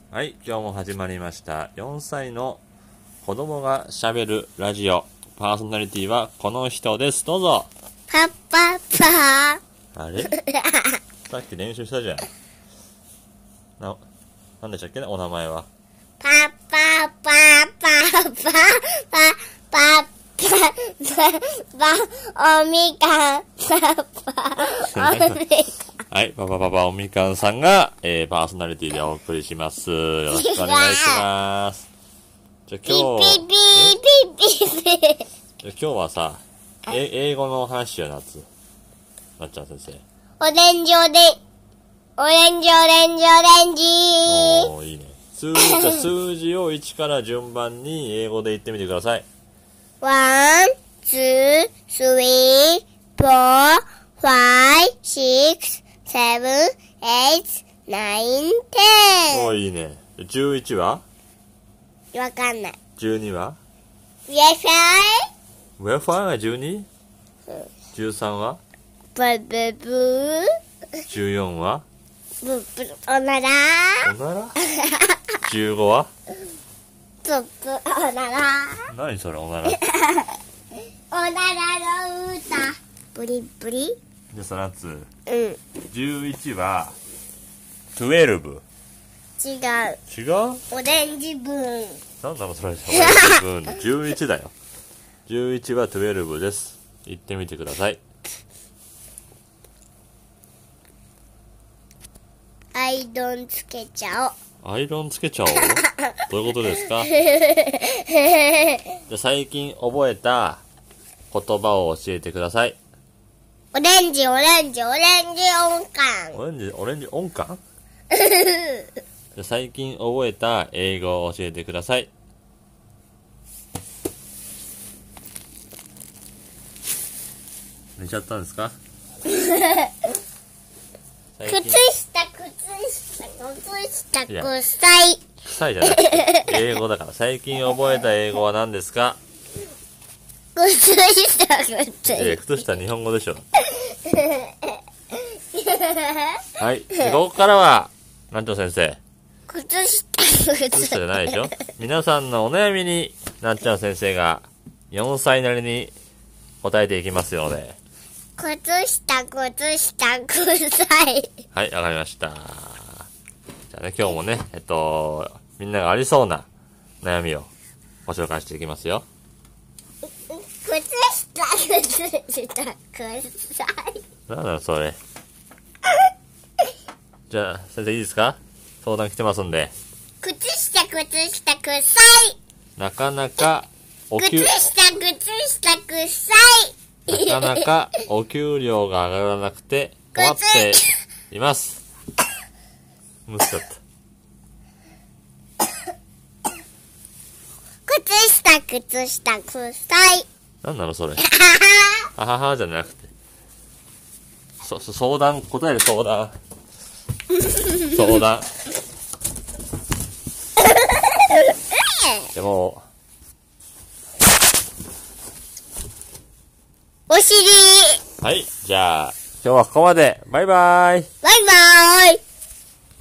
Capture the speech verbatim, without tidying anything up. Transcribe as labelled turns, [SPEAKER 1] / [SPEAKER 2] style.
[SPEAKER 1] はい、今日も始まりました。よんさいの子供が喋るラジオ。パーソナリティはこの人です。どうぞ。
[SPEAKER 2] パパパ
[SPEAKER 1] あれさっき練習したじゃん。な、なんでしたっけね、お名前は。
[SPEAKER 2] パパパパパパパパパおみかんパパおみかん
[SPEAKER 1] はい、パパパパおみかんさんが、えー、パーソナリティでお送りします。よろしくお願いします。じゃあ今日、
[SPEAKER 2] ピピピピピピ
[SPEAKER 1] じゃあ今日はさ、え英語の話やなつ。なっちゃん先生。
[SPEAKER 2] オレンジオレンオレンジオレンジオレンジ
[SPEAKER 1] おー、いいね。数字、じゃあ数字をいちから順番に英語で言ってみてください。
[SPEAKER 2] ワン、ツー、スリー、フォー、ファイ、シックス、セブン、エイト、ナイン、テン。
[SPEAKER 1] おー、いいね。じゅういちは
[SPEAKER 2] わかんない。
[SPEAKER 1] じゅうには
[SPEAKER 2] イエスアイ
[SPEAKER 1] ウェファーが じゅうに?じゅうさんは
[SPEAKER 2] ブブブ
[SPEAKER 1] じゅうよんは
[SPEAKER 2] ブブおなら
[SPEAKER 1] おならじゅうごは
[SPEAKER 2] ブブおなら
[SPEAKER 1] 何それおなら
[SPEAKER 2] おならの歌ブリブリ
[SPEAKER 1] でさなつ
[SPEAKER 2] うん
[SPEAKER 1] じゅういちはじゅうに
[SPEAKER 2] 違う
[SPEAKER 1] 違う
[SPEAKER 2] オレンジブーン
[SPEAKER 1] なんだろそれじゅういちだよじゅういちはじゅうにです言ってみてください
[SPEAKER 2] アイロンつけちゃおう
[SPEAKER 1] アイロンつけちゃおうどういうことですかじゃあ最近覚えた言葉を教えてください
[SPEAKER 2] オレンジオレンジオレンジ音感
[SPEAKER 1] オレンジオレンジ音感じゃあ最近覚えた英語を教えてください寝ちゃったんですか
[SPEAKER 2] 靴下靴下靴下臭い
[SPEAKER 1] 臭いじゃなくて英語だから最近覚えた英語は何ですか
[SPEAKER 2] 靴下靴
[SPEAKER 1] えー、靴下日本語でしょはいでここからはなんと先生
[SPEAKER 2] 靴下靴
[SPEAKER 1] 靴下じゃないでしょ皆さんのお悩みになっちゃう先生がよんさいなりに答えていきますので
[SPEAKER 2] 靴下靴下臭い
[SPEAKER 1] はい、わかりました。じゃあね、今日もね、えっと、みんながありそうな悩みをご紹介していきますよ。
[SPEAKER 2] 靴下靴下臭い
[SPEAKER 1] なんだろう、それ。じゃあ、先生いいですか相談来てますんで。
[SPEAKER 2] 靴下靴下臭い
[SPEAKER 1] なかなかお給、
[SPEAKER 2] 靴下靴下臭い
[SPEAKER 1] なかなかお給料が上がらなくて困っています。むずかった。
[SPEAKER 2] 靴下靴下臭い
[SPEAKER 1] なんなのそれ。はははじゃなくて。そ、そ、相談、答える相談。相談。でも、
[SPEAKER 2] お尻
[SPEAKER 1] はい。じゃあ、今日はここまで。バイバイ。
[SPEAKER 2] バイバーイ